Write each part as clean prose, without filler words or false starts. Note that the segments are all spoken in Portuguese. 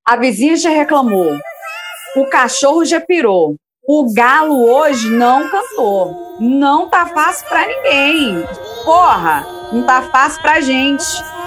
A vizinha já reclamou. O cachorro já pirou. O galo hoje não cantou. Não tá fácil pra ninguém. Porra, não tá fácil pra gente.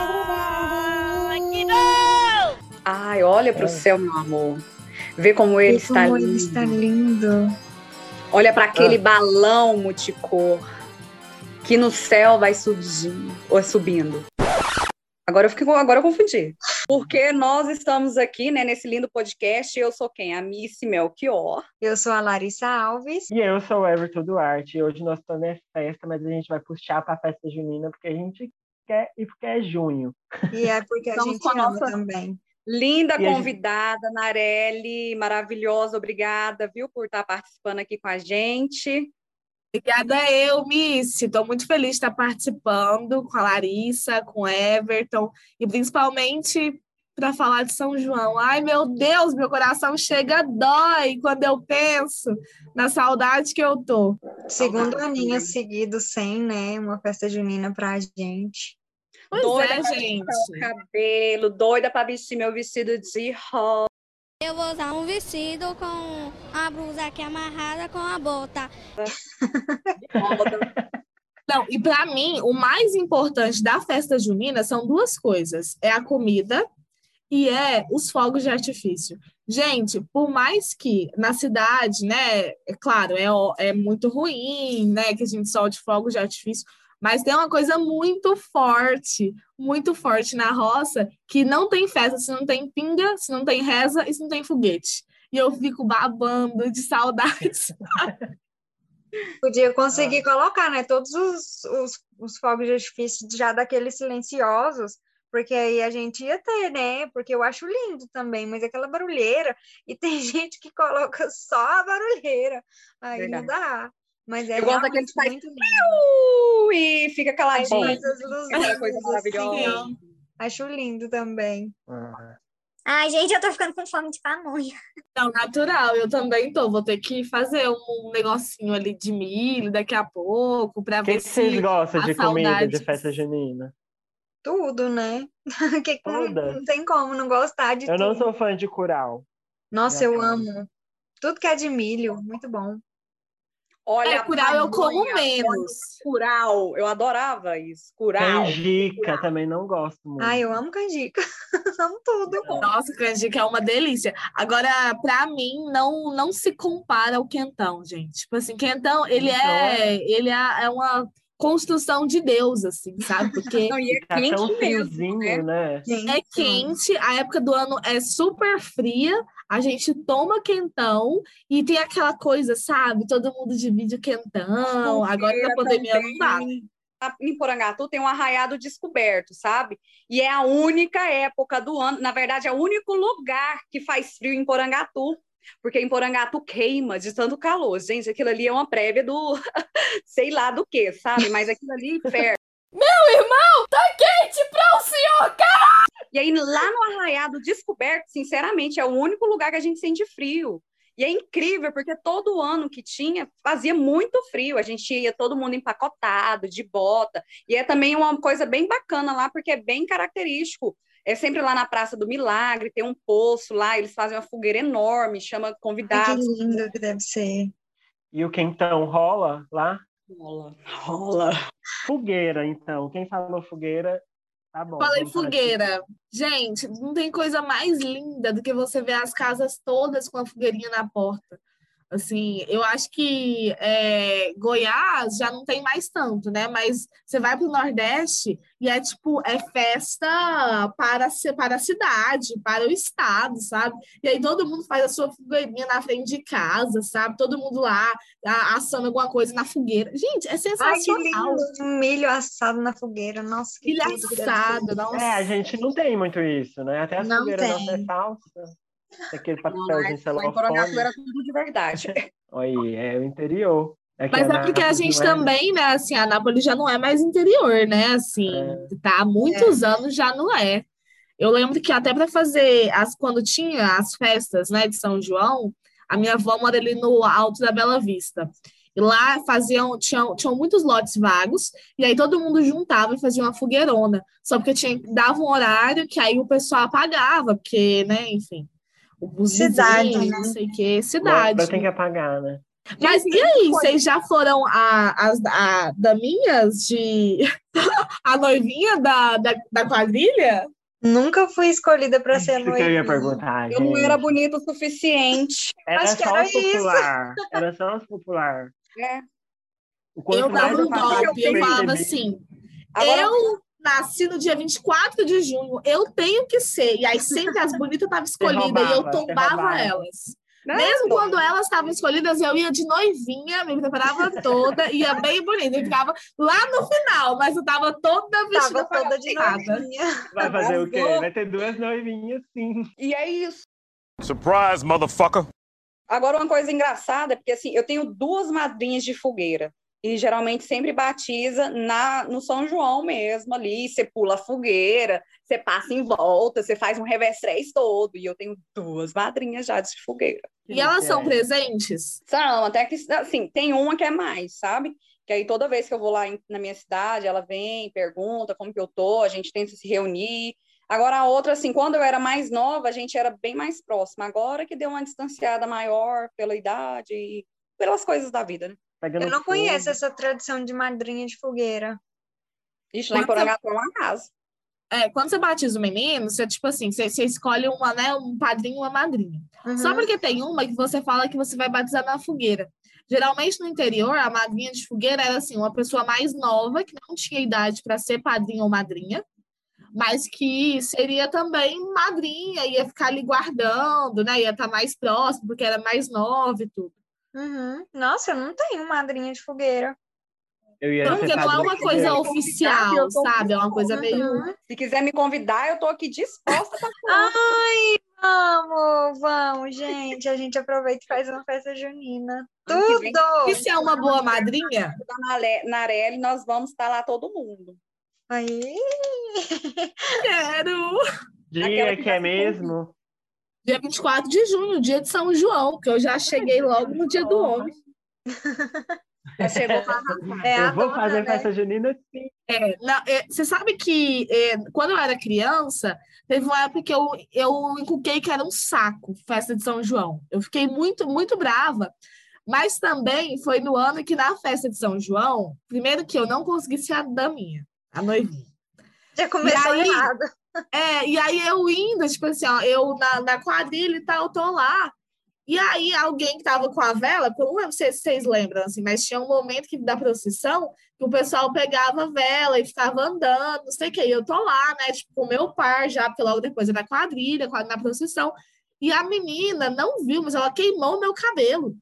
Ai, olha pro céu, meu amor. Vê como ele está lindo. Ele está lindo. Olha para aquele balão multicor que no céu vai subindo, ou subindo. Agora eu confundi. Porque nós estamos aqui, né, nesse lindo podcast. Eu sou quem? A Missy Melchior. Eu sou a Larissa Alves. E eu sou o Everton Duarte. E hoje nós estamos nessa festa, mas a gente vai puxar para a festa junina porque a gente quer e porque é junho. E é porque a gente ama também. Linda convidada, Narelli, maravilhosa, obrigada, viu, por estar participando aqui com a gente. Obrigada eu, Missy. Estou muito feliz de estar participando com a Larissa, com o Everton, e principalmente para falar de São João. Ai, meu Deus, meu coração chega, dói quando eu penso na saudade que eu tô. Segundo aninho seguido sem, né, uma festa junina pra gente. Pois doida é, pra gente. o cabelo, doida para vestir meu vestido de rosa. Eu vou usar um vestido com a blusa aqui amarrada com a bota. Não, e para mim, o mais importante da festa junina são duas coisas. É a comida e é os fogos de artifício. Gente, por mais que na cidade, né, é claro, é muito ruim, né, que a gente solte fogos de artifício, mas tem uma coisa muito forte na roça, que não tem festa se não tem pinga, se não tem reza e se não tem foguete. E eu fico babando de saudades. Podia conseguir colocar, né, todos os fogos de artifício já daqueles silenciosos, porque aí a gente ia ter, né, porque eu acho lindo também, mas aquela barulheira, e tem gente que coloca só a barulheira, aí Verdade. não dá. Mas é Eu gosto daquele que faz muito lindo. e fica caladinho. Aquela coisa maravilhosa. Assim, acho lindo também. Ai, gente, eu tô ficando com fome de pamonha. Não, natural, eu também tô. Vou ter que fazer um negocinho ali de milho daqui a pouco, para O ver que se vocês gostam de comida saudade- de festa junina? Tudo, né? Que Toda. não tem como não gostar de Eu tudo. não sou fã de curau. Nossa, eu Minha amo. Tudo que é de milho, muito bom. Olha, curau eu como pamonha, menos. Curau, eu adorava isso. Curau. Canjica, também não gosto muito. Ai, eu amo canjica. Amo tudo. Nossa, canjica é uma delícia. Agora, para mim, não se compara ao quentão, gente. Tipo assim, quentão, ele é uma construção de Deus, assim, sabe? Porque Não, e é Tá quente tão mesmo, friozinho, né? é quente, a época do ano é super fria, a gente toma quentão e tem aquela coisa, sabe? Todo mundo divide o quentão. Agora na pandemia não dá. Em Porangatu tem um arraiado descoberto, sabe? E é a única época do ano, na verdade, é o único lugar que faz frio em Porangatu, porque em Porangatu queima de tanto calor. Gente, aquilo ali é uma prévia do sei lá do que, sabe? Mas aquilo ali ferve. Meu irmão, tá quente pra o senhor, cara! E aí, lá no Arraiado Descoberto, sinceramente, é o único lugar que a gente sente frio. E é incrível, porque todo ano que tinha, fazia muito frio. A gente ia todo mundo empacotado, de bota. E é também uma coisa bem bacana lá, porque é bem característico. É sempre lá na Praça do Milagre, tem um poço lá, eles fazem uma fogueira enorme, chama Ai, que convidados. lindo que deve ser. E o quentão rola lá? Rola. Fogueira, então. Quem falou fogueira, tá bom. Falei vamos falar de fogueira. Gente, não tem coisa mais linda do que você ver as casas todas com a fogueirinha na porta. Assim, eu acho que Goiás já não tem mais tanto, né? Mas você vai para o Nordeste e é tipo, é festa para a cidade, para o estado, sabe? E aí todo mundo faz a sua fogueirinha na frente de casa, sabe? Todo mundo lá assando alguma coisa na fogueira. Gente, é Ai, que sensacional. lindo. Milho assado na fogueira. Nossa, que Milho tudo que deve ser. assado, nossa. a gente não tem muito isso, né? Até a Não fogueira nossa tem. é falsa. Aquele Não, papelzinho lá em Porangatu celofane. era tudo de verdade. Aí, é o interior. Mas é porque a gente também, né, assim, a Anápolis já não é mais interior, né, assim, tá há muitos anos já não é. Eu lembro que até para fazer, quando tinha as festas, né, de São João, a minha avó mora ali no Alto da Bela Vista. Lá tinham muitos lotes vagos, e aí todo mundo juntava e fazia uma fogueirona. Só porque dava um horário que aí o pessoal apagava, porque, né, enfim, os Cidade, vizinhos, né? não sei o quê, Agora cidade. tem que apagar, né? Mas e aí, vocês já foram a daminhas a noivinha da quadrilha? Nunca fui escolhida para ser Isso que eu ia noivinha. perguntar, Eu não era gente. bonita o suficiente. Era Acho que só era os popular. Era só os popular. É. O Eu quanto mais dava eu um passava golpe, eu falava percebi. assim, Agora, eu nasci no dia 24 de junho, eu tenho que ser. E aí sempre as bonitas estavam escolhidas e eu Você tombava roubava. elas. né? Mesmo quando elas estavam escolhidas, eu ia de noivinha, me preparava toda, ia bem bonita. Eu ficava lá no final, mas eu tava toda vestida Tava toda de parabenizada. noivinha. Vai fazer o quê? Arrasou. Vai ter 2 noivinhas, sim. E é isso. Surprise, motherfucker. Agora, uma coisa engraçada, porque assim, eu tenho 2 madrinhas de fogueira. E geralmente sempre batiza no São João mesmo ali. Você pula a fogueira, você passa em volta, você faz um revestrez todo. E eu tenho 2 madrinhas já de fogueira. E elas são presentes? São, até que, assim, tem uma que é mais, sabe? Que aí toda vez que eu vou lá na minha cidade, ela vem, pergunta como que eu tô, a gente tenta se reunir. Agora a outra, assim, quando eu era mais nova, a gente era bem mais próxima. Agora que deu uma distanciada maior pela idade e pelas coisas da vida, né? Pegando Eu não fogo. conheço essa tradição de madrinha de fogueira. Ixi, lá em Porangatu é uma casa. Quando você batiza o menino, você, tipo assim, você escolhe uma, né, um padrinho e uma madrinha. Só porque tem uma que você fala que você vai batizar na fogueira. Geralmente no interior, a madrinha de fogueira era assim, uma pessoa mais nova, que não tinha idade para ser padrinho ou madrinha, mas que seria também madrinha, ia ficar ali guardando, né? Ia estar mais próximo, porque era mais nova e tudo. Nossa, eu não tenho madrinha de fogueira. Eu ia Então, ser porque não é padrinho uma de coisa fogueira. oficial, sabe? É uma coisa meio... Se quiser me convidar, eu tô aqui disposta para Ai, vamos, gente. A gente aproveita e faz uma festa junina. Ano que vem, E Tudo! se é uma boa madrinha? na Areli, nós vamos estar lá todo mundo. Aí, Quero! Aquela Dia que que já é se mesmo? Dia 24 de junho, dia de São João, que eu já cheguei logo no dia do homem. Já chegou lá. é a Eu vou dona, fazer né? festa junina, sim. Você sabe que quando eu era criança, teve uma época que eu inculquei que era um saco, festa de São João. Eu fiquei muito, muito brava. Mas também foi no ano que na festa de São João, primeiro que eu não consegui ser a daminha, a noivinha. Já começou E aí, errado. E aí eu indo, tipo assim, ó, eu na quadrilha e tal, eu tô lá. E aí alguém que tava com a vela, porque eu não lembro se vocês lembram, assim, mas tinha um momento que da procissão que o pessoal pegava a vela e ficava andando, não sei o que. E eu tô lá, né, tipo, com o meu par já, porque logo depois é na quadrilha, na procissão. E a menina não viu, mas ela queimou o meu cabelo.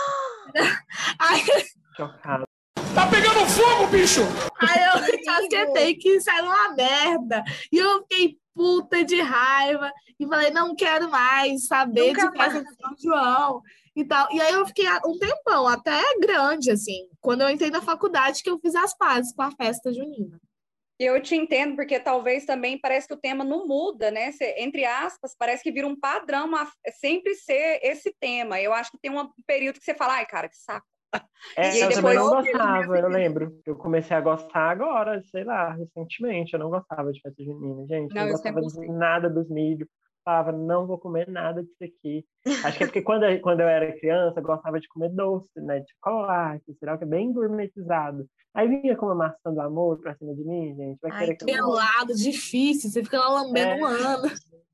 Aí, Chocado. Tá pegando fogo, bicho! aí eu encasquetei que saiu uma merda. E eu fiquei puta de raiva. E falei, não quero mais saber Nunca de festa de São João e tal. E aí eu fiquei um tempão, até grande, assim, quando eu entrei na faculdade, que eu fiz as pazes com a festa junina. E eu te entendo, porque talvez também parece que o tema não muda, né? Entre aspas, parece que vira um padrão sempre ser esse tema. Eu acho que tem um período que você fala, ai, cara, que saco. E aí eu depois também não eu gostava, eu lembro. Eu comecei a gostar agora, sei lá, recentemente. Eu não gostava de festa junina, gente. Não, Não eu gostava sempre de nada dos milho. Falava, não vou comer nada disso aqui. Acho que é porque quando eu era criança, eu gostava de comer doce, né? De chocolate, sei lá, que é bem gourmetizado. Aí vinha com uma maçã do amor pra cima de mim, gente. Vai querer que eu Pelado, difícil, você fica lá lambendo um ano.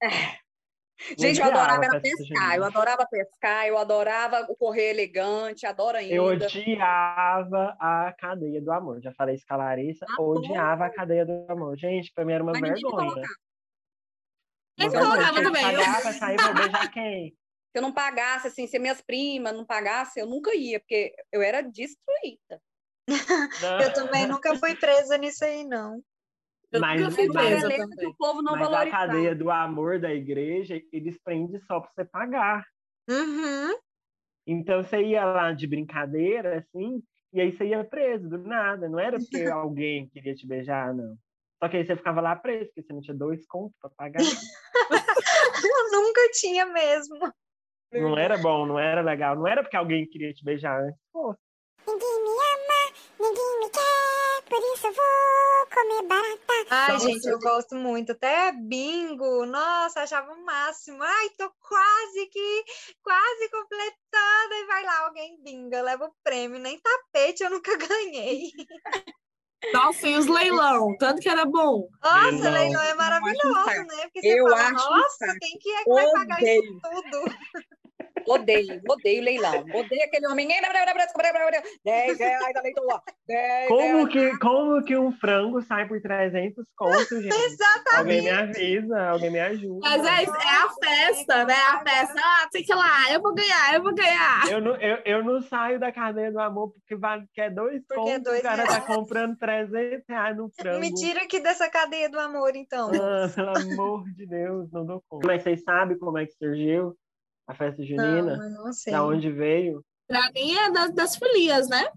Gente, eu odiava adorava festa pescar, junina. eu adorava o correr elegante, adoro ainda. Eu odiava a cadeia do amor. Já falei isso com a Larissa, odiava a cadeia do amor. Gente, pra mim era uma Mas ninguém me vergonha. colocava. Eu Uma vergonha. colocava Tinha que também. pagar pra sair, vou beijar quem? Se eu não pagasse, assim, se minhas primas não pagassem, eu nunca ia, porque eu era destruída. Não. Eu também nunca fui presa nisso aí, não. Eu Mas- nunca fui Uma mas- presa beleza que também. o povo não Mas a valorizava. cadeia do amor da igreja, eles prendem só pra você pagar. Então você ia lá de brincadeira, assim, e aí você ia preso do nada. Não era porque alguém queria te beijar, não. Só que aí você ficava lá preso, porque você não tinha 2 contos pra pagar. Eu nunca tinha mesmo. Não era bom, não era legal. Não era porque alguém queria te beijar antes. Pô, ninguém me ama, ninguém me quer, por isso eu vou comer barata. Ai, Nossa, gente, eu gosto muito. Até bingo, nossa, achava o máximo. Ai, tô quase completando. E vai lá, alguém binga, leva o prêmio. Nem tapete eu nunca ganhei. Nossa, e os leilão, tanto que era bom. Nossa, Leilão. leilão é acho um maravilhoso, saco. né? Porque você Eu fala, acho um nossa, saco. quem que é que vai pagar isso Odeio. tudo? Odeio leilão. Odeio aquele homem. 10 reais a leitura. 10 reais. Como que um frango sai por 300 conto, gente? Alguém me avisa, alguém me ajuda. Mas é a festa, né? A festa. Ah, sei que lá, eu vou ganhar. Eu não saio da cadeia do amor porque quer 2 Porque é contos, 2 o cara tá reais. comprando 300 reais no frango. Me tira aqui dessa cadeia do amor, então. Ah, pelo amor de Deus, não dou conta. Mas vocês sabem como é que surgiu a festa junina? Não, eu não sei. Da onde veio? Pra mim é das folias, né?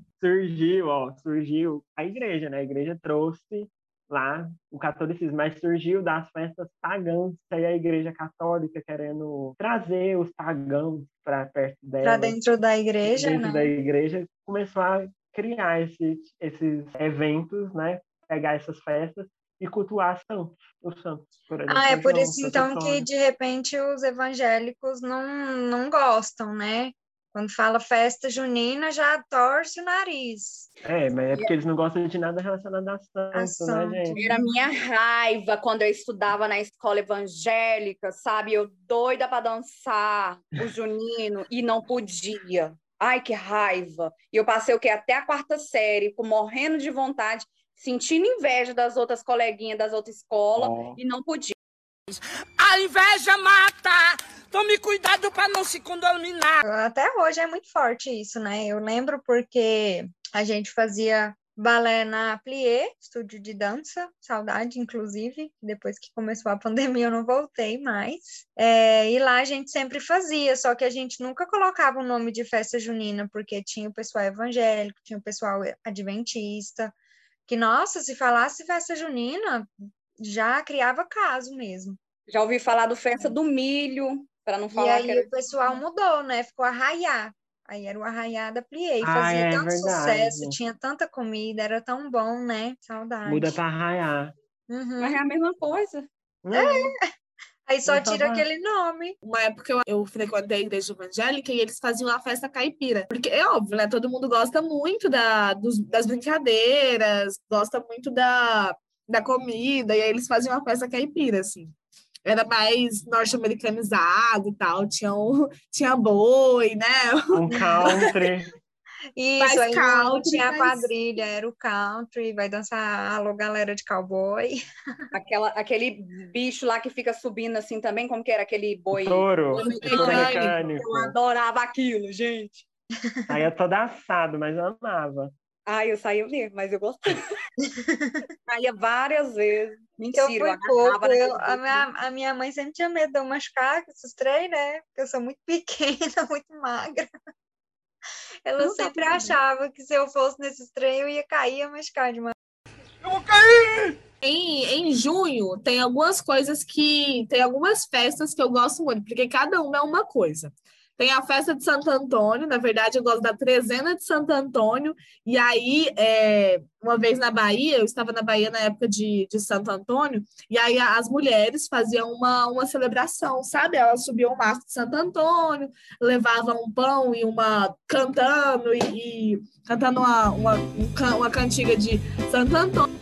Surgiu a igreja, né? A igreja trouxe lá o catolicismo, mas surgiu das festas pagãs, que aí a igreja católica querendo trazer os pagãos para perto dela. Pra dentro da igreja, Dentro né? da igreja, começou a criar esses eventos, né? Pegar essas festas e cultuar os santos. Por exemplo, Ah, é por João, isso, então, que Antônio. de repente os evangélicos não gostam, né? Quando fala festa junina, já torce o nariz. Mas é porque eles não gostam de nada relacionado a santo, né, santo. gente? Era minha raiva quando eu estudava na escola evangélica, sabe? Eu doida para dançar o junino e não podia. Ai, que raiva. E eu passei o quê? Até a 4ª série, morrendo de vontade, sentindo inveja das outras coleguinhas das outras escolas e não podia. A inveja mata! Tome cuidado para não se contaminar. Até hoje é muito forte isso, né? Eu lembro porque a gente fazia balé na Plié, estúdio de dança, saudade, inclusive. Depois que começou a pandemia, eu não voltei mais. E lá a gente sempre fazia, só que a gente nunca colocava o nome de festa junina, porque tinha o pessoal evangélico, tinha o pessoal adventista, que, nossa, se falasse festa junina, já criava caso mesmo. Já ouvi falar do festa do milho, para não E falar aí que era... o pessoal mudou, né? Ficou Arraiá. Aí era o Arraiá da Plié. E Ah, fazia é tanto verdade. sucesso, tinha tanta comida, era tão bom, né? Saudade. Muda para Arraiá. Uhum. Mas é a mesma coisa. Aí só Eu tira tava- aquele nome. Uma época eu frequentei a igreja evangélica e eles faziam a festa caipira. Porque é óbvio, né? Todo mundo gosta muito das brincadeiras, gosta muito da comida, e aí eles faziam uma festa caipira, assim. Era mais norte-americanizado e tal, tinha boi, né? Um country. Isso, Mais aí não country, tinha a mas- quadrilha, era o country, vai dançar alô galera de cowboy. Aquele bicho lá que fica subindo assim também, como que era aquele boi? Touro. Boi Touro mecânico. Eu adorava aquilo, gente. Saía todo assado, mas eu amava. Ai, eu saía mesmo, mas eu gostava. Saía várias vezes. Eu Mentira, fui agarrava pouco, naquele a boi. minha mãe sempre tinha medo de eu machucar com esses trem, né? Porque eu sou muito pequena, muito magra. Ela Não tá sempre tudo bem. achava que se eu fosse nesses trem, eu ia cair e ia machucar demais. Eu vou cair! Em junho, tem algumas festas que eu gosto muito, porque cada uma é uma coisa. Tem a festa de Santo Antônio, na verdade, eu gosto da trezena de Santo Antônio, e aí, uma vez na Bahia, eu estava na Bahia na época de Santo Antônio, e aí as mulheres faziam uma celebração, sabe? Elas subiam o mastro de Santo Antônio, levavam um pão e cantando, e cantando uma cantiga de Santo Antônio.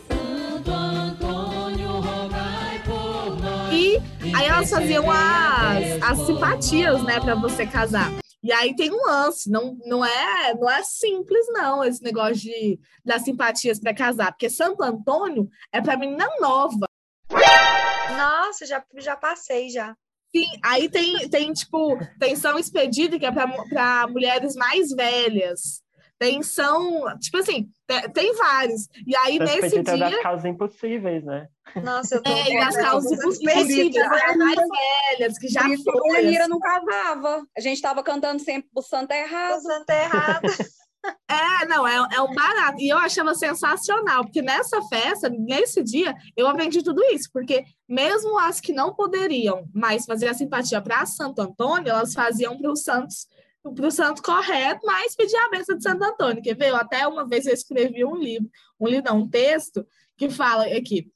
E aí elas faziam as simpatias, né, para você casar. E aí tem um lance, não é simples, não, esse negócio das simpatias para casar, porque Santo Antônio é para menina nova. Nossa, já passei já. Sim, aí tem São Expedito, que é para mulheres mais velhas. Tipo assim, tem vários. E aí, Então, nesse Expedito é dia... das causas impossíveis, né? Nossa, eu tô E das causas impossíveis, as mais velhas, que já Por isso que a foi. Maíra não casava. A gente tava cantando sempre pro santo errado. santo errado. Não, é um barato. E eu achava sensacional, porque nessa festa, nesse dia, eu aprendi tudo isso, porque mesmo as que não poderiam mais fazer a simpatia para Santo Antônio, elas faziam para os santos pro santo correto, mas pedir a bênção de Santo Antônio. Quer ver? Até uma vez eu escrevi um texto que fala aqui.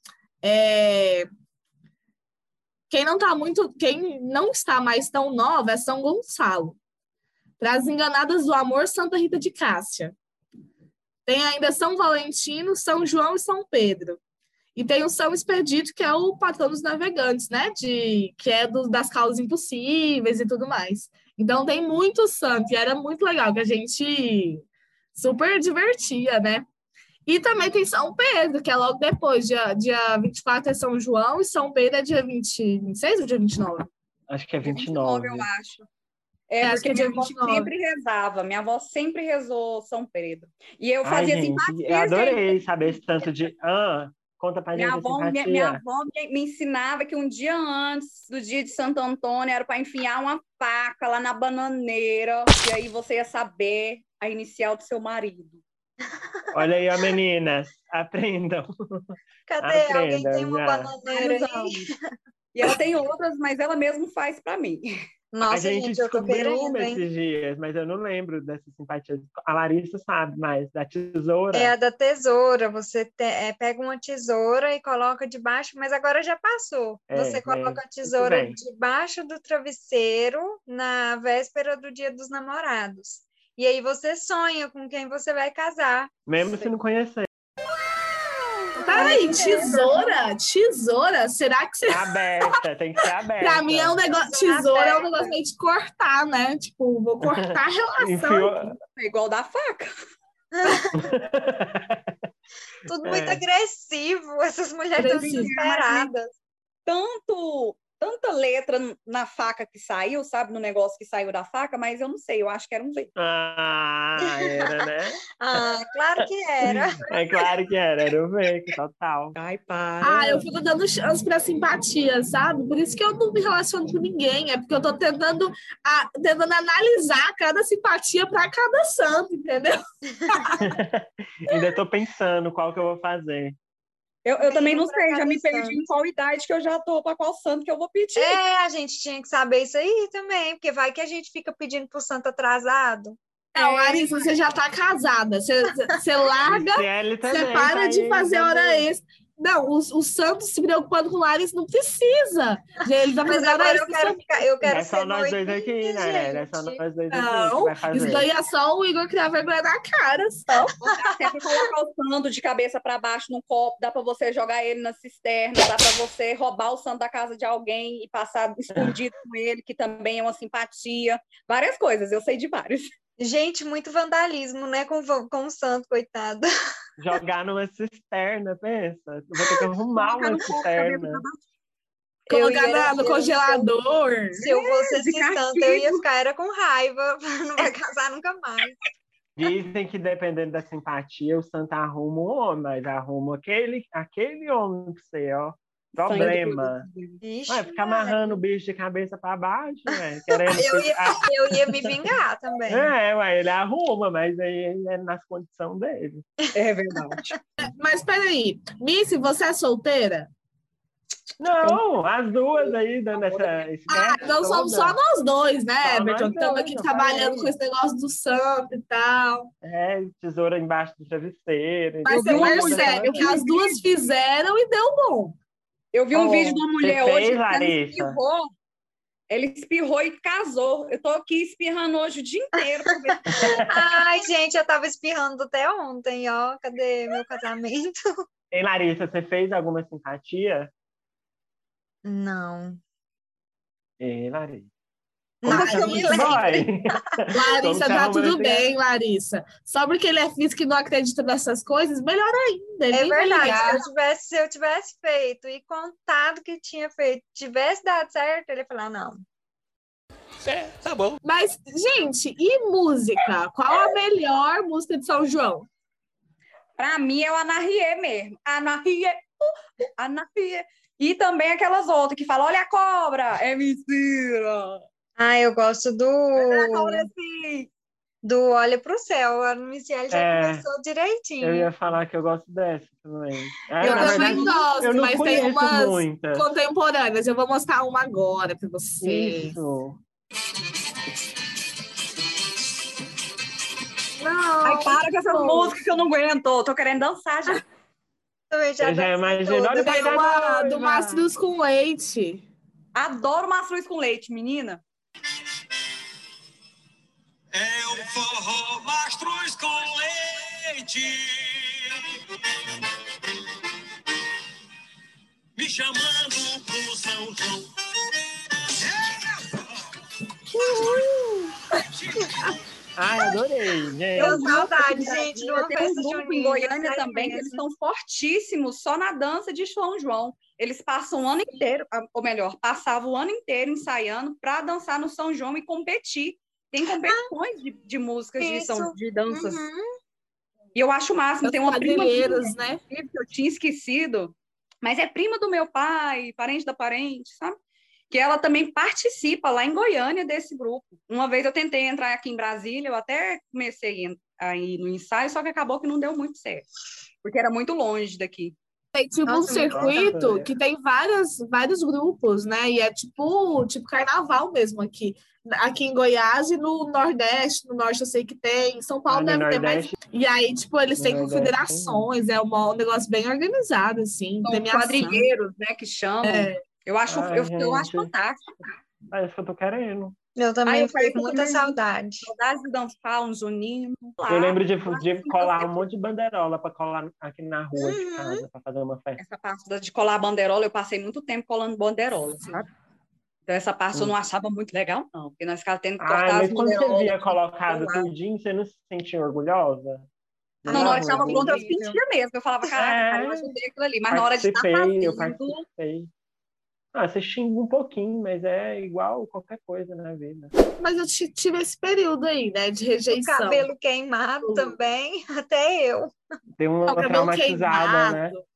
Quem não está mais tão nova é São Gonçalo. Para as enganadas do amor, Santa Rita de Cássia. Tem ainda São Valentino, São João e São Pedro. E tem o São Expedito, que é o patrão dos navegantes, né? Que é das causas impossíveis e tudo mais. Então tem muito santo, e era muito legal, que a gente super divertia, né? E também tem São Pedro, que é logo depois, dia 24 é São João, e São Pedro é dia 26 ou dia 29? Acho que é 29. eu acho. Acho que Porque é dia minha avó 29. sempre rezava. Minha avó sempre rezou São Pedro. E eu Ai, fazia gente, simpatia, eu adorei saber esse tanto de... conta pra gente a simpatia. minha avó me ensinava que um dia antes do dia de Santo Antônio era para enfiar uma faca lá na bananeira, e aí você ia saber a inicial do seu marido. Olha aí, ó, meninas, aprendam. Cadê? Alguém Aprenda, tem uma já. bananeira Vários aí? anos. E ela tem outras, mas ela mesmo faz para mim. Nossa, A gente gente, eu tô descobriu querendo, uma hein? esses dias, mas eu não lembro dessa simpatia. A Larissa sabe mais, da tesoura. É a da tesoura. Você pega uma tesoura e coloca debaixo, mas agora já passou. Você coloca a tesoura bem. debaixo do travesseiro na véspera do Dia dos Namorados. E aí você sonha com quem você vai casar. Mesmo se não conhecer. Peraí, tesoura? Será que você... Aberta, tem que ser aberta. Pra mim é um negócio... Tesoura é um negócio meio de cortar, né? Tipo, vou cortar a relação. Enfiou... É igual da faca. Tudo muito agressivo. Essas mulheres estão Agressivo. desesperadas. Tanta letra na faca que saiu, sabe? No negócio que saiu da faca, mas eu não sei, eu acho que era um V. Era, né? Claro que era. É claro que era o V, total. Ai, para. Eu fico dando chance pra simpatia, sabe? Por isso que eu não me relaciono com ninguém, é porque eu tô tentando analisar cada simpatia pra cada santo, entendeu? Ainda tô pensando qual que eu vou fazer. Eu também não pra sei, já cada me perdi santo. em qual idade que eu já tô, para qual santo que eu vou pedir. A gente tinha que saber isso aí também, porque vai que a gente fica pedindo pro santo atrasado. Não, Larissa, você já tá casada. Você larga, Ciele também, você para tá de aí, fazer também. hora extra. Não, o Santos se preocupando com o Larissa não precisa. Ele vai Mas fazer hora agora extra. eu quero É só ser nós dois noivinha, aqui, né? É só gente. nós dois aqui que Não, vai fazer. isso daí é só o Igor criar vergonha na cara, só. Até para colocar o santo de cabeça para baixo num copo, dá para você jogar ele na cisterna, dá para você roubar o santo da casa de alguém e passar escondido com ele, que também é uma simpatia. Várias coisas, eu sei de vários. Gente, muito vandalismo, né? Com o santo, coitado. Jogar numa cisterna, pensa. Eu vou ter que arrumar Colocar uma no copo, cisterna. Colocar no congelador. Se eu fosse de esse santo, eu ia ficar com raiva. Não vai casar nunca mais. Dizem que dependendo da simpatia, o santo arruma um homem, mas arruma aquele homem pra você, ó. Problema. Ixi, Vai ficar Maria. amarrando o bicho de cabeça pra baixo, né? Querendo Eu ia me vingar também. Ele arruma, mas aí é nas condições dele. É verdade. Mas peraí, Missy, você é solteira? Não, as duas aí dando essa esquerda. Então somos só nós dois, né, Só Everton? nós Estamos dois, aqui eu trabalhando falei. com esse negócio do santo e tal. Tesoura embaixo do travesseiro. Mas você vi uma percebe que as duas fizeram e deu bom. Eu vi um vídeo de uma mulher você hoje fez, que ela Larissa? ele espirrou e casou. Eu tô aqui espirrando hoje o dia inteiro. pra ver Ai, gente, eu tava espirrando até ontem, ó. Cadê meu casamento? Ei, Larissa, você fez alguma simpatia? Não. Ei, Larissa. Não, Como que eu a me gente lembro. vai? Larissa, Como que tá arruma tudo esse bem, Larissa. Só porque ele é físico e não acredita nessas coisas, melhor ainda. Ele É nem vai verdade, ligar. se eu tivesse feito e contado que tinha feito, tivesse dado certo, ele ia falar, não. Tá bom. Mas, gente, e música? Qual a melhor música de São João? Pra mim é o Anahie mesmo. Anahie, Anahie. E também aquelas outras que falam, olha a cobra, é mentira. Eu gosto Agora sim. do Olha pro Céu. A Miciele já começou direitinho. Eu ia falar que eu gosto dessa também. Eu na também verdade, gosto, eu não mas tem conheço umas muitas. contemporâneas. Eu vou mostrar uma agora pra vocês. Isso. Não, Ai, para com essas pô, músicas que eu não aguento. Tô querendo dançar já. também já Eu já dancei imagino, olha o todas. pai Tem da uma do noiva. Mastruz com Leite. Adoro mastruz com leite, menina. É o forró mastruz com leite, me chamando pro São João. Ai, adorei, Tem Deu um gente. grupo aqui em saudade, gente, de Brasília, uma tem um festa grupo em junina, Goiânia sério também, que eles mesmo. estão fortíssimos só na dança de São João. Eles passam o ano inteiro, ou melhor, passavam o ano inteiro ensaiando para dançar no São João e competir. Tem competições de músicas Isso. de danças. Uhum. E eu acho o máximo. As Tem uma prima minha, quadrilheiras, né? inclusive, que eu tinha esquecido, mas é prima do meu pai, parente da parente, sabe? Que ela também participa lá em Goiânia desse grupo. Uma vez eu tentei entrar aqui em Brasília, eu até comecei a ir no ensaio, só que acabou que não deu muito certo, porque era muito longe daqui. Tem tipo um Nossa, muito circuito Nossa, que tem vários grupos, né? E é tipo carnaval mesmo aqui. Aqui em Goiás e no Nordeste, no Norte eu sei que tem, em São Paulo no deve ter, mas. Nordeste, E aí, tipo, eles no têm Nordeste tem muito. confederações, é um negócio bem organizado, assim, São os premiação. quadrilheiros, né, que chamam. Ai, Eu acho gente, fantástico. é isso que eu tô querendo. Eu Aí também eu fiquei quero com muita também saudade. saudades de dançar um junino Eu lá. lembro Eu acho de assim, colar um monte de banderola para colar aqui na rua de Uhum. casa para fazer uma festa. essa parte de colar banderola, eu passei muito tempo colando banderola, sabe? Então essa parte eu não achava muito legal, não, porque nós ficávamos tendo que Ai, cortar as mas quando você banderolas, via colocado colar. tudinho, você não se sentia orgulhosa? De Não, Ai, na não, hora que nossa, estava orgulho. pronto, eu terrível. sentia mesmo. Eu falava, caraca, cara, eu É, ajudei aquilo ali. Mas na hora de estar fazendo, eu participei. Ah, você xinga um pouquinho, mas é igual qualquer coisa na vida. Mas eu tive esse período aí, né, de O rejeição. cabelo queimado também, até eu. Deu O uma cabelo traumatizada, né? queimado.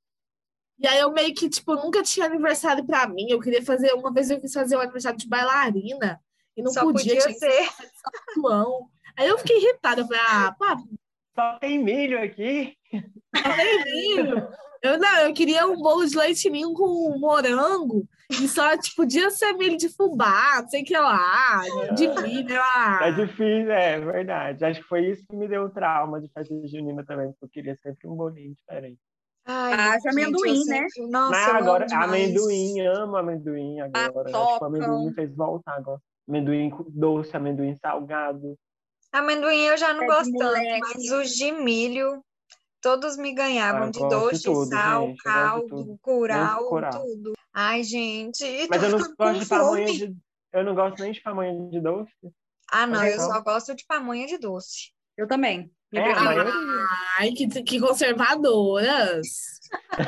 E aí eu meio que, tipo, nunca tinha aniversário pra mim. Eu queria fazer, uma vez eu quis fazer um aniversário de bailarina e não Só podia, podia tinha que ser ser. de São João. Aí eu fiquei irritada, eu falei, pá, Só tem milho aqui. só tem milho. Eu queria um bolo de leite ninho com morango e só, tipo, podia ser milho de fubá, não sei o que lá, de milho, É difícil, é verdade. Acho que foi isso que me deu o trauma de festa junina também, porque eu queria sempre um bolinho diferente. Ai, Ah, não, de gente, eu amendoim, né? sempre... Nossa, Mas eu amo agora, demais. amo amendoim agora. Acho que o Paçoca. amendoim fez voltar agora. Amendoim doce, amendoim salgado. Amendoim eu já não Pé de gosto tanto, mas moleque. os de milho, todos me Ah, ganhavam eu de gosto de doce, tudo, sal, gente. Eu gosto de tudo. caldo, Menos curau, curau. tudo. Ai, gente, tô Mas eu não ficando com gosto de pamonha fome. de. Eu não gosto nem de pamonha de doce. Ah, não, Ai, eu Não. só gosto de pamonha de doce. eu também. Minha É, a preferida. maioria. ai, que conservadoras.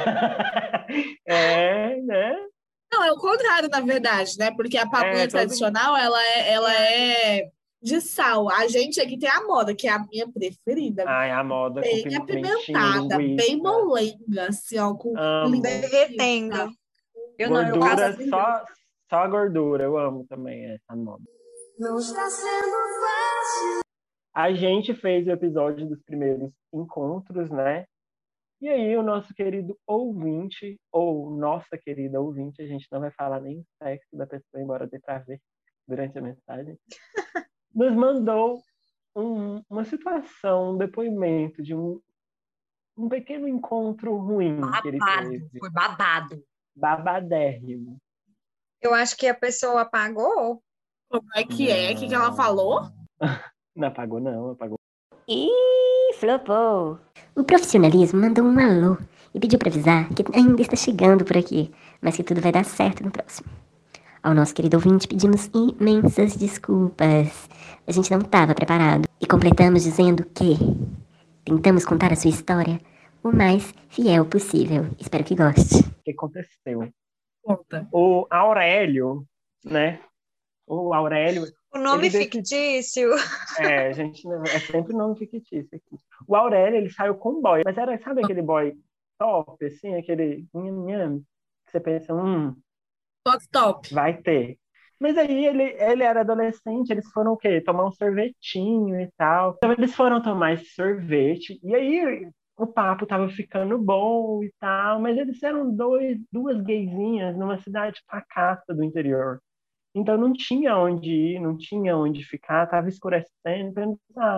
É, né? Não, é o contrário, na verdade, né? Porque a É, pamonha tradicional, ela é de sal. A gente aqui tem a moda, que é a minha preferida. Ai, a moda com Bem pimentinha, apimentada, bem linguiça. molenga, assim, ó, com Amo. Derretendo. linguiça. Eu não, eu Nossa, caço Gordura, assim. só a gordura. Eu amo também essa moda. Não está sendo fácil. A gente fez o episódio dos primeiros encontros, né? E aí, o nosso querido ouvinte, ou nossa querida ouvinte, a gente não vai falar nem o sexo da pessoa, embora dê pra ver durante a mensagem, nos mandou uma situação, um depoimento de um pequeno encontro ruim que ele Babado. teve. Foi babado. Babadérrimo. Eu acho que a pessoa apagou. como é que é? O que ela falou? Não apagou, não, apagou. Ih, flopou. O profissionalismo mandou um alô e pediu pra avisar que ainda está chegando por aqui, mas que tudo vai dar certo no próximo. Ao nosso querido ouvinte, pedimos imensas desculpas. A gente não estava preparado. E completamos dizendo que tentamos contar a sua história o mais fiel possível. Espero que goste. O que aconteceu? Conta. O Aurélio, né? O Aurélio, O nome ele decidi- fictício. a gente é sempre nome fictício aqui. O Aurélio, ele saiu com um boy, mas era, sabe aquele boy top, assim, aquele nham, que você pensa, Top. vai ter. Mas aí ele era adolescente, eles foram o quê? Tomar um sorvetinho e tal. Então eles foram tomar esse sorvete, e aí o papo tava ficando bom e tal, mas eles eram duas gaysinhas numa cidade pacata do interior. Então não tinha onde ir, não tinha onde ficar, tava escurecendo, então,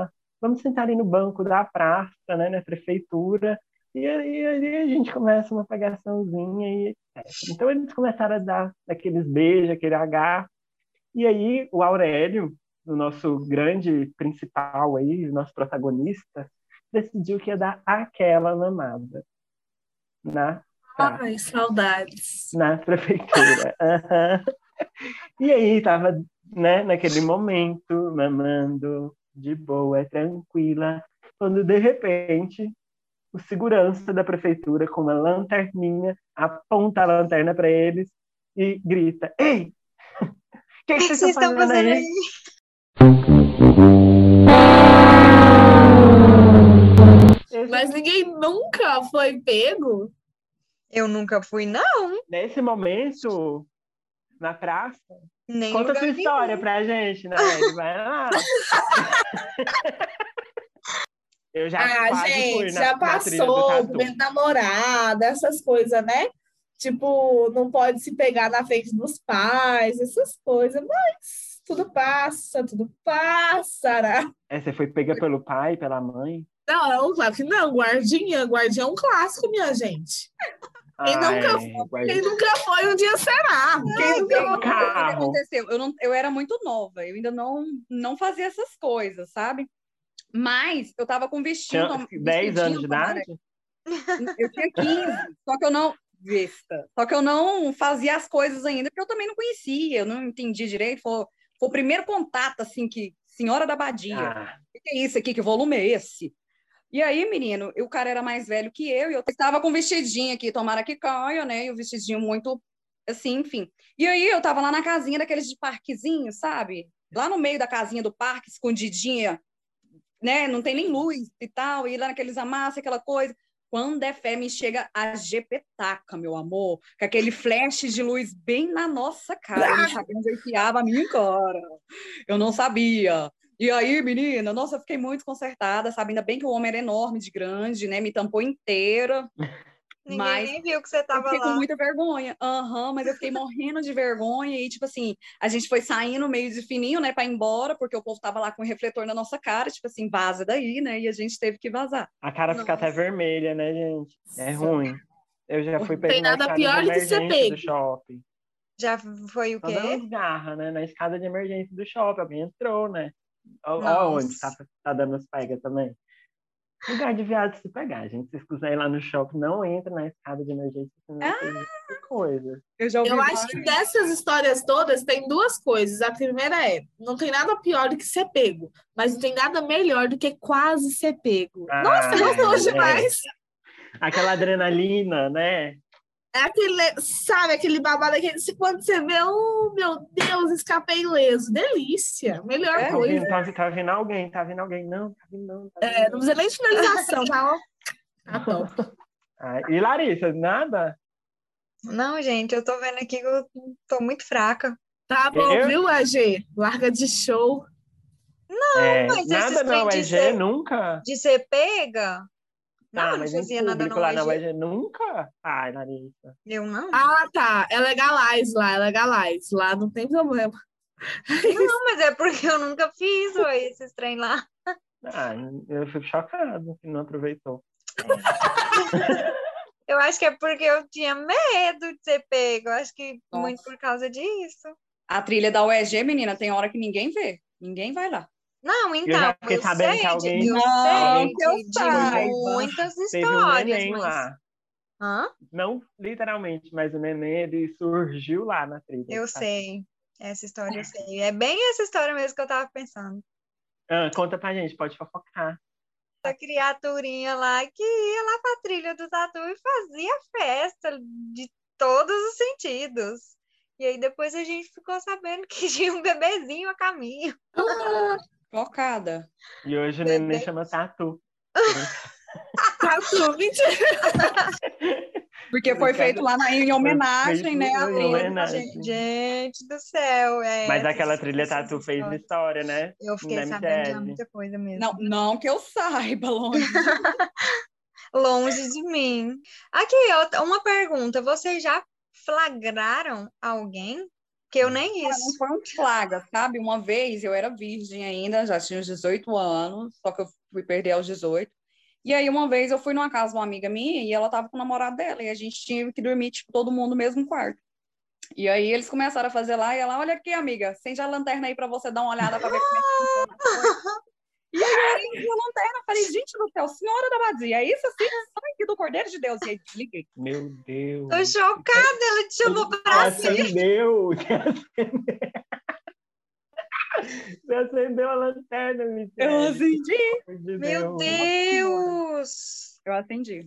vamos sentar ali no banco da praça, né, na prefeitura, e aí a gente começa uma pegaçãozinha e etc. Então eles começaram a dar aqueles beijos, aquele agarro, e aí o Aurélio, o nosso grande principal aí, o nosso protagonista, decidiu que ia dar aquela mamada na praça, Ai, saudades. na prefeitura. Aham. E aí tava, né, naquele momento, mamando, de boa, tranquila, quando de repente o segurança da prefeitura com uma lanterninha aponta a lanterna para eles e grita: Ei! O que vocês estão fazendo aí? Mas ninguém nunca foi pego? Eu nunca fui, não. Nesse momento, na praça, Nem conta lugar sua história pra gente, né? Ele vai lá. Eu já quase fui gente, já na trilha do passou, tatu. primeiro namorada, essas coisas, né? Tipo, não pode se pegar na frente dos pais, essas coisas, mas tudo passará. Você foi pega pelo pai, pela mãe? Não, claro que não, guardinha é um clássico, minha gente. Quem nunca foi, um dia será. Quem nunca tem O que carro. aconteceu? Eu era muito nova, eu ainda não fazia essas coisas, sabe? Mas eu tava com um vestido. Tinha 10 anos de idade? Eu tinha 15, só que eu não. Besta. Só que eu não fazia as coisas ainda, porque eu também não conhecia, eu não entendi direito. Foi o primeiro contato, assim, que. Senhora da Badia. Ah, O que é isso aqui? Que volume é esse? E aí, menino, o cara era mais velho que eu, e eu estava com um vestidinho aqui, tomara que caia, né? E o vestidinho muito, assim, enfim. E aí, eu tava lá na casinha daqueles de parquezinho, sabe? Lá no meio da casinha do parque, escondidinha, né? Não tem nem luz e tal, e lá naqueles amassos, aquela coisa. Quando é fé, me chega a Gepetaca, meu amor, com aquele flash de luz bem na nossa cara. Eu não sabia onde eu enfiava a minha cara. Eu não sabia. E aí, menina, nossa, eu fiquei muito desconcertada, sabe? Ainda bem que o homem era enorme, de grande, né? Me tampou inteira. Ninguém Mas nem viu que você eu tava fiquei com lá. muita vergonha. Mas eu fiquei morrendo de vergonha. E, tipo assim, a gente foi saindo meio de fininho, né, pra ir embora, porque o povo tava lá com o refletor na nossa cara, tipo assim, vaza daí, né? E a gente teve que vazar. a cara fica até vermelha, né, gente? É ruim. Eu já fui Não tem pego na nada escada pior de do que ser emergência do pego. shopping. Já foi o Só quê? dando garra, né? Na escada de emergência do shopping. Alguém entrou, né? Ó Nossa. onde tá dando os pega também. Lugar de viado se pegar, gente. Se vocês quiserem ir lá no shopping, não entra na escada de emergência, senão tem coisa. Eu já ouvi Eu acho que dessas histórias todas tem duas coisas. A primeira é, não tem nada pior do que ser pego, mas não tem nada melhor do que quase ser pego. Nossa, gostoso demais. Aquela adrenalina, né? É aquele, sabe, aquele babado, quando você vê, oh, meu Deus, escapei ileso. Delícia, melhor coisa. Tá vindo alguém, não, tá vindo não. Não precisa nem de finalização, tá? Tá top. E Larissa, nada? Não, gente, eu tô vendo aqui que eu tô muito fraca. Tá bom, viu, AG? Larga de show. Mas nada esses na trem UEG, nunca? de ser pega? Não, eu não mas fazia em nada público na lá na UEG. UEG, nunca? Ai, Larissa. Eu não. Ah, tá. É legalize lá, é legalize. Lá não tem problema. Não, mas é porque eu nunca fiz esses trem lá. Eu fico chocado que não aproveitou. Eu acho que é porque eu tinha medo de ser pego. Eu acho que Nossa. muito por causa disso. A trilha da UEG, menina, tem hora que ninguém vê. Ninguém vai lá. Não, então, já fiquei sabendo sei que alguém- eu Não, sei que eu de saiba. muitas Teve um histórias, neném mas... lá. Hã? Não literalmente, mas o neném, ele surgiu lá na trilha. Eu tá? sei. Essa história eu sei. É bem essa história mesmo que eu tava pensando. Conta pra gente, pode fofocar. Essa criaturinha lá que ia lá pra trilha do tatu e fazia festa de todos os sentidos. E aí depois a gente ficou sabendo que tinha um bebezinho a caminho. Focada. E hoje o neném chama Tatu. Tatu, mentira. Porque foi feito lá em homenagem, né? A Em trilha. homenagem. Gente do céu. Mas essas- aquela trilha essas Tatu fez histórias. história, né? Eu fiquei Na sabendo de MTV. muita coisa mesmo. Não que eu saiba, longe. Longe de mim. Aqui, uma pergunta. Vocês já flagraram alguém que eu nem Não isso. foi um flagra, sabe? Uma vez eu era virgem ainda, já tinha uns 18 anos, só que eu fui perder aos 18. E aí uma vez eu fui numa casa de uma amiga minha e ela tava com o namorado dela, e a gente tinha que dormir, tipo, todo mundo no mesmo quarto. E aí eles começaram a fazer lá, e ela, olha aqui, amiga, acende a lanterna aí pra você dar uma olhada pra ver como é que funciona a coisa. E aí eu acendi a lanterna, falei, gente do céu, senhora da Badia, é isso assim, sangue do Cordeiro de Deus. E aí desliguei. Meu Deus. Tô chocada, ela te chamou pra cima. Acendeu. Você acendeu a lanterna, Michele. Eu acendi. De Meu Deus. Deus! Eu acendi.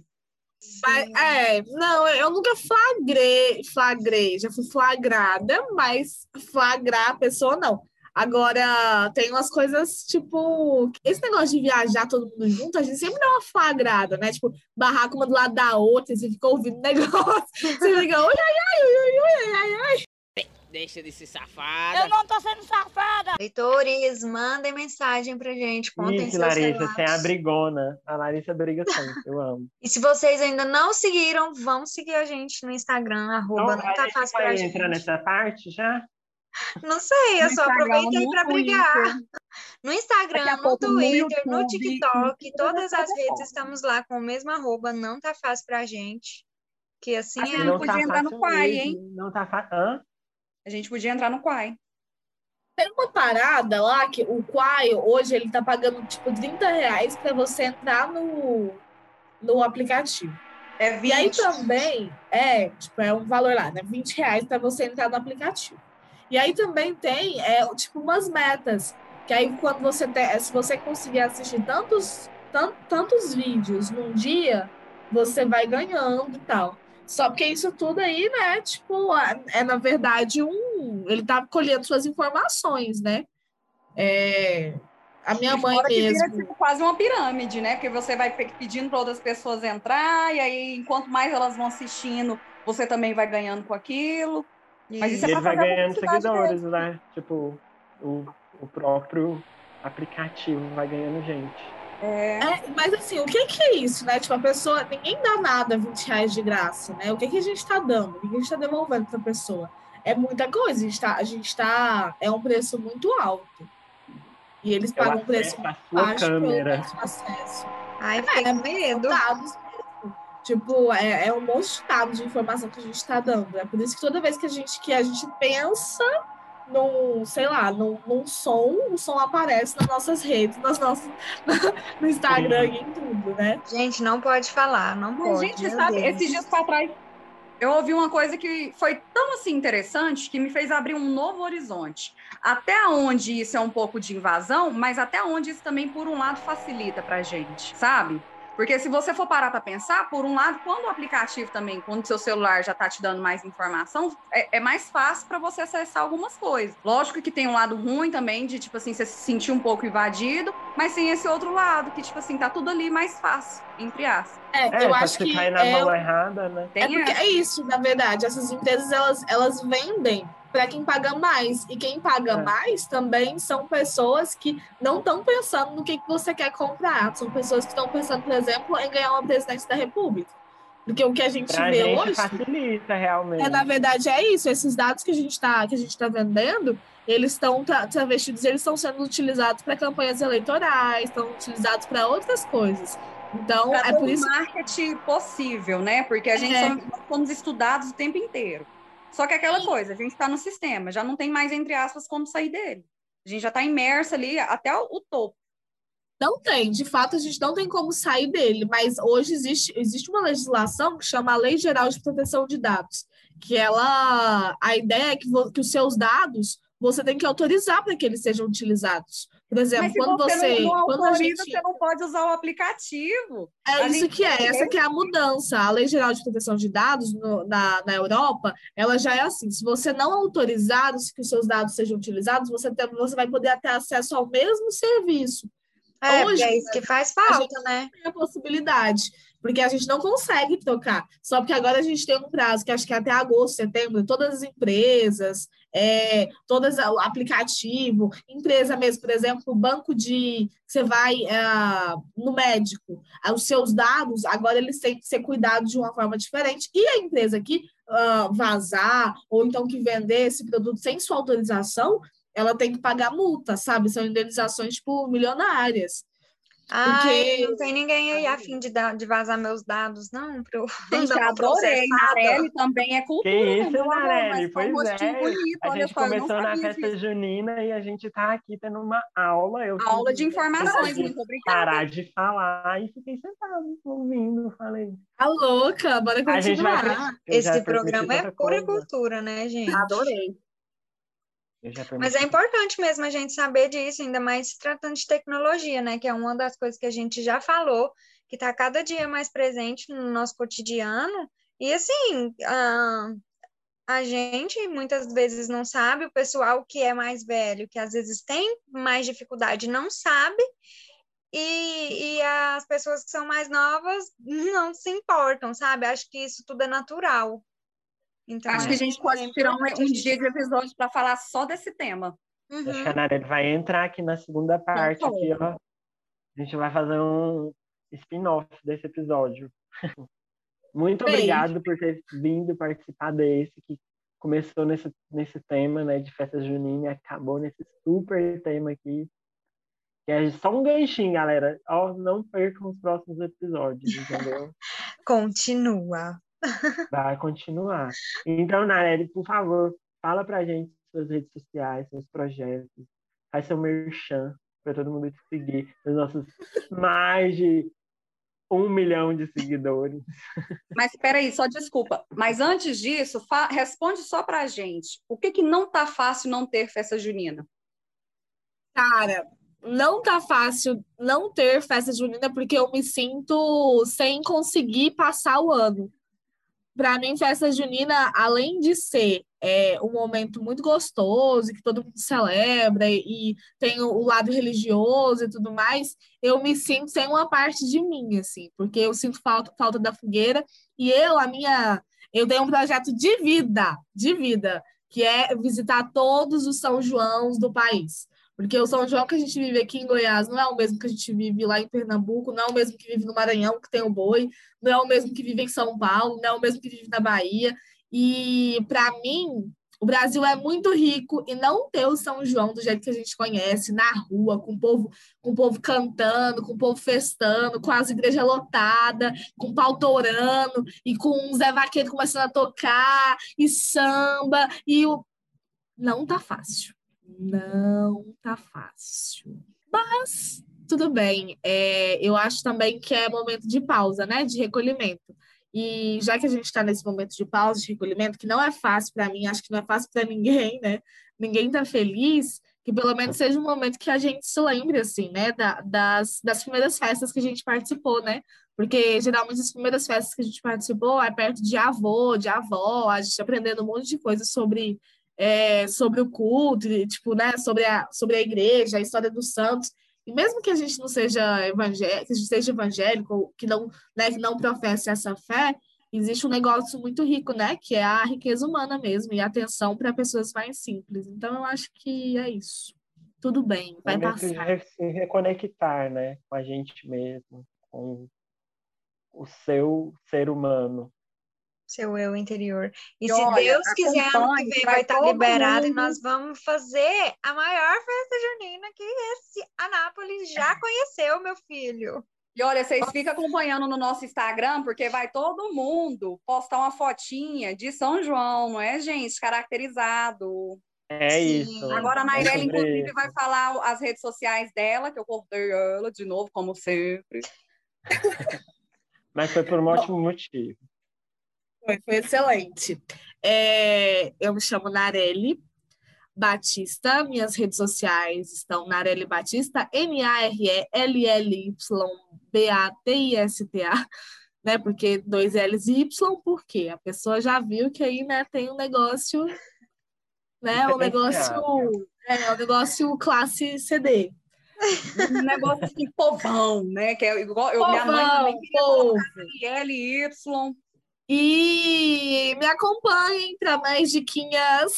Não, eu nunca flagrei, já fui flagrada, mas flagrar a pessoa não. Agora, tem umas coisas, tipo, esse negócio de viajar todo mundo junto, a gente sempre dá uma flagrada, né? Tipo, barraca uma do lado da outra, você fica ouvindo negócio, você fica, oi, ai. Deixa de ser safada. Eu não tô sendo safada. Leitores, mandem mensagem pra gente, contem Ixi, seus Larissa, relatos. você é a brigona. A Larissa briga sempre, eu amo. E se vocês ainda não seguiram, vamos seguir a gente no Instagram, Então, não tá a gente fácil pra vai gente. entrar nessa parte já? Não sei, eu No só Instagram, aproveitei no pra Twitter. brigar. No Daqui Instagram, a no pouco no Twitter, no YouTube, TikTok, em todas as redes plataformas. estamos lá com o mesmo arroba, não tá fácil pra gente. Que assim Acho que é a a gente Não podia tá entrar no fácil Quai, mesmo. hein? Não tá fácil. Hã? A gente podia entrar no Quai. Tem uma parada lá que o Quai, hoje, ele tá pagando, tipo, R$30 para você entrar no aplicativo. É 20. E aí também, é um valor lá, né? R$20 para você entrar no aplicativo. E aí também tem, tipo, umas metas. Que aí, quando você se você conseguir assistir tantos vídeos num dia, você vai ganhando e tal. Só porque isso tudo aí, né? Tipo, na verdade, ele tá colhendo suas informações, né? A minha E mãe fora que vira mesmo. tipo, quase uma pirâmide, né? Porque você vai pedindo para outras pessoas entrar, e aí, enquanto mais elas vão assistindo, você também vai ganhando com aquilo. Mas isso E é ele para vai fazer a ganhando publicidade seguidores, dele. né? Tipo, o próprio aplicativo vai ganhando gente. Mas assim, o que é isso, né? Tipo, a pessoa, ninguém dá nada R$20 de graça, né? O que a gente está dando? O que a gente está devolvendo para a pessoa? É muita coisa, é um preço muito alto. E eles É o pagam um preço acesso à muito sua baixo pelo câmera. nosso acesso. Ai, fiquei com São medo. dados mesmo. Tipo, é um monte de dados de informação que a gente está dando. É por isso que toda vez que a gente pensa sei lá, num som, o som aparece nas nossas redes, no Instagram Sim. e em tudo, né? Gente, não pode falar, não Mas, pode, gente, meu sabe, Deus. esses dias para trás, eu ouvi uma coisa que foi tão assim interessante que me fez abrir um novo horizonte. Até onde isso é um pouco de invasão, mas até onde isso também, por um lado, facilita para a gente, sabe? Porque se você for parar para pensar, por um lado, quando o aplicativo também, quando o seu celular já está te dando mais informação, é mais fácil para você acessar algumas coisas. Lógico que tem um lado ruim também, de, tipo assim, você se sentir um pouco invadido, mas tem esse outro lado, que, tipo assim, tá tudo ali mais fácil, entre aspas. Eu só acho que você que cair na mão errada, né? porque é isso, na verdade. Essas empresas, elas vendem para quem paga mais. E quem paga mais também são pessoas que não estão pensando no que você quer comprar. São pessoas que estão pensando, por exemplo, em ganhar uma presidência da República. Porque o que a gente Pra vê gente hoje, facilita realmente. na verdade, é isso. Esses dados que a gente tá vendendo, eles estão travestidos, eles estão sendo utilizados para campanhas eleitorais, estão utilizados para outras coisas. Então, Para é por todo isso marketing possível, né? Porque a gente nós somos estudados o tempo inteiro. Só que aquela coisa, a gente está no sistema, já não tem mais, entre aspas, como sair dele. A gente já está imerso ali até o topo. Não tem, de fato, a gente não tem como sair dele, mas hoje existe uma legislação que chama a Lei Geral de Proteção de Dados, a ideia é que os seus dados você tem que autorizar para que eles sejam utilizados. Por exemplo, Mas se você não quando a autoriza, gente você não pode usar o aplicativo. essa que é a mudança. A Lei Geral de Proteção de Dados na Europa, ela já é assim, se você não autorizar que os seus dados sejam utilizados, você vai poder ter acesso ao mesmo serviço. Hoje, é isso que faz falta, né? Tem a possibilidade, porque a gente não consegue trocar. Só porque agora a gente tem um prazo, que acho que é até agosto, setembro, todas as empresas, todas o aplicativo, empresa mesmo, por exemplo, banco você vai no médico, os seus dados, agora eles têm que ser cuidados de uma forma diferente, e a empresa aqui vazar, ou então que vender esse produto sem sua autorização, ela tem que pagar multa, sabe? São indenizações, tipo, milionárias. Ai, não tem ninguém aí a fim de vazar meus dados, não, para eu Gente, dar uma adorei. processada. Narelli também é Que cultura, né, isso, meu amor? Narelli? Mas foi um Pois rostinho é. bonito. A Olha gente só, eu não começou na sabia festa disso. junina e a gente tá aqui tendo uma aula. Eu Aula de simplesmente não informações, podia muito obrigada. parar de falar e fiquei sentado ouvindo. Falei, Tá louca, bora a gente vai continuar. eu já Esse permiti programa é tanta pura coisa. cultura, né, gente? Adorei. Eu já Mas é permiti. importante mesmo a gente saber disso, ainda mais se tratando de tecnologia, né? Que é uma das coisas que a gente já falou, que está cada dia mais presente no nosso cotidiano. E assim, a gente muitas vezes não sabe, o pessoal que é mais velho, que às vezes tem mais dificuldade, não sabe, e as pessoas que são mais novas não se importam, sabe? Acho que isso tudo é natural. Então, Acho que a gente pode tirar um dia de episódio para falar só desse tema. Acho que a Narelli vai entrar aqui na segunda parte, aqui, ó. A gente vai fazer um spin-off desse episódio. Muito obrigado por ter vindo participar desse, que começou nesse tema, né, de festa junina e acabou nesse super tema aqui. Que é só um ganchinho, galera. Ó, não percam os próximos episódios, entendeu? Continua. Vai continuar. Então, Narelli, por favor, fala pra gente suas redes sociais, seus projetos. Faz seu merchan para todo mundo te seguir. Os nossos mais de 1 milhão de seguidores. Mas espera aí, só desculpa. Mas antes disso, responde só pra gente. O que não tá fácil não ter festa junina? Cara, não tá fácil não ter festa junina porque eu me sinto sem conseguir passar o ano. Para mim, festa junina, além de ser um momento muito gostoso, que todo mundo celebra e tem o lado religioso e tudo mais, eu me sinto sem uma parte de mim, assim, porque eu sinto falta da fogueira e eu tenho um projeto de vida, que é visitar todos os São Joãos do país. Porque o São João que a gente vive aqui em Goiás não é o mesmo que a gente vive lá em Pernambuco, não é o mesmo que vive no Maranhão, que tem o boi, não é o mesmo que vive em São Paulo, não é o mesmo que vive na Bahia. E, para mim, o Brasil é muito rico e não ter o São João do jeito que a gente conhece, na rua, com o povo cantando, com o povo festando, com as igrejas lotadas, com pau torando, e com o Zé Vaqueiro começando a tocar, e samba, não tá fácil. Não tá fácil. Mas tudo bem. Eu acho também que é momento de pausa, né? De recolhimento. E já que a gente está nesse momento de pausa, de recolhimento, que não é fácil para mim, acho que não é fácil para ninguém, né? Ninguém tá feliz, que pelo menos seja um momento que a gente se lembre, assim, né? Das primeiras festas que a gente participou, né? Porque geralmente as primeiras festas que a gente participou é perto de avô, de avó, a gente aprendendo um monte de coisa sobre o culto, tipo, né, sobre a igreja, a história dos santos. E mesmo que a gente não seja evangélico, que a gente seja evangélico, que não, né, que não professe essa fé, existe um negócio muito rico, né, que é a riqueza humana mesmo e a atenção para pessoas mais simples. Então, eu acho que é isso. Tudo bem, vai Momento passar. de se reconectar, né, com a gente mesmo, com o seu ser humano. Seu eu interior. E E se olha, Deus quiser, ano que acompanhe, vem vai vai estar todo liberado e mundo. nós vamos fazer a maior festa junina que esse Anápolis já conheceu, meu filho. E olha, vocês ficam acompanhando no nosso Instagram, porque vai todo mundo postar uma fotinha de São João, não é, gente? Caracterizado. É Sim. isso. Agora a É Naireli, sobre inclusive, isso. vai falar as redes sociais dela, que eu cortei ela de novo, como sempre. Mas foi por um ótimo motivo. Foi excelente. Eu me chamo Nareli Batista, minhas redes sociais estão Nareli Batista, NARELYBATISTA, né? Porque 2 L's e Y, por quê? A pessoa já viu que aí, né, tem um negócio, né? Diferenciado. Um negócio classe CD. Um negócio assim, povão, né? Que é igual, minha mãe também queria Povo. colocar LY. E me acompanhem para mais diquinhas.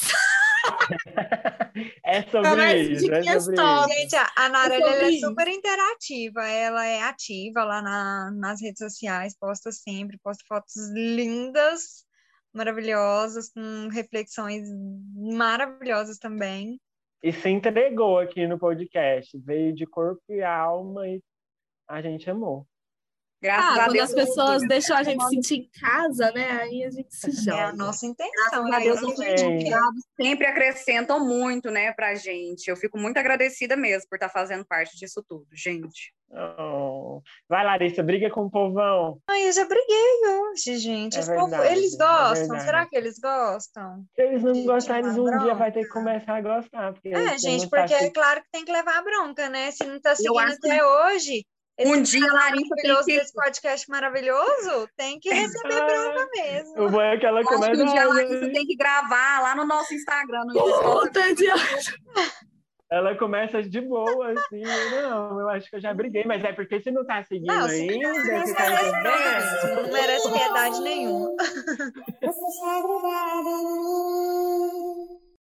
É sobre isso. É sobre isso. Gente, a Nareli sobre ela é isso. super interativa, ela é ativa lá nas redes sociais, posta sempre, posta fotos lindas maravilhosas, com reflexões maravilhosas também. E se entregou aqui no podcast. Veio de corpo e alma e a gente amou. Graças a Quando Deus. as pessoas deixam a gente sentir em casa, né? Aí a gente se É a joga. nossa intenção. Graças a Deus, isso os que a gente quer. convidados sempre acrescentam muito, né, pra gente. Eu fico muito agradecida mesmo por estar fazendo parte disso tudo, gente. Oh. Vai, Larissa, briga com o povão. Ai, eu já briguei hoje, gente. É Esse povo, verdade, eles é gostam? verdade. Será que eles gostam? Se eles não De gostarem, tomar um dia bronca? vai ter que começar a gostar. Porque Gente, não tá porque é claro que tem que levar a bronca, né? Se não tá seguindo acho até hoje, esse Um dia a canal Larissa tem maravilhoso que... desse podcast maravilhoso, tem que receber bronca mesmo. O bom é que ela Eu acho que começa um dia a Larissa tem que gravar lá no nosso Instagram, no Puta de... Ela começa de boa, assim. Não, eu acho que eu já briguei, mas é porque se não tá seguindo Não, se ainda, não você tá merece bronca entendendo? mesmo, não merece piedade nenhuma. Você já grudado em mim.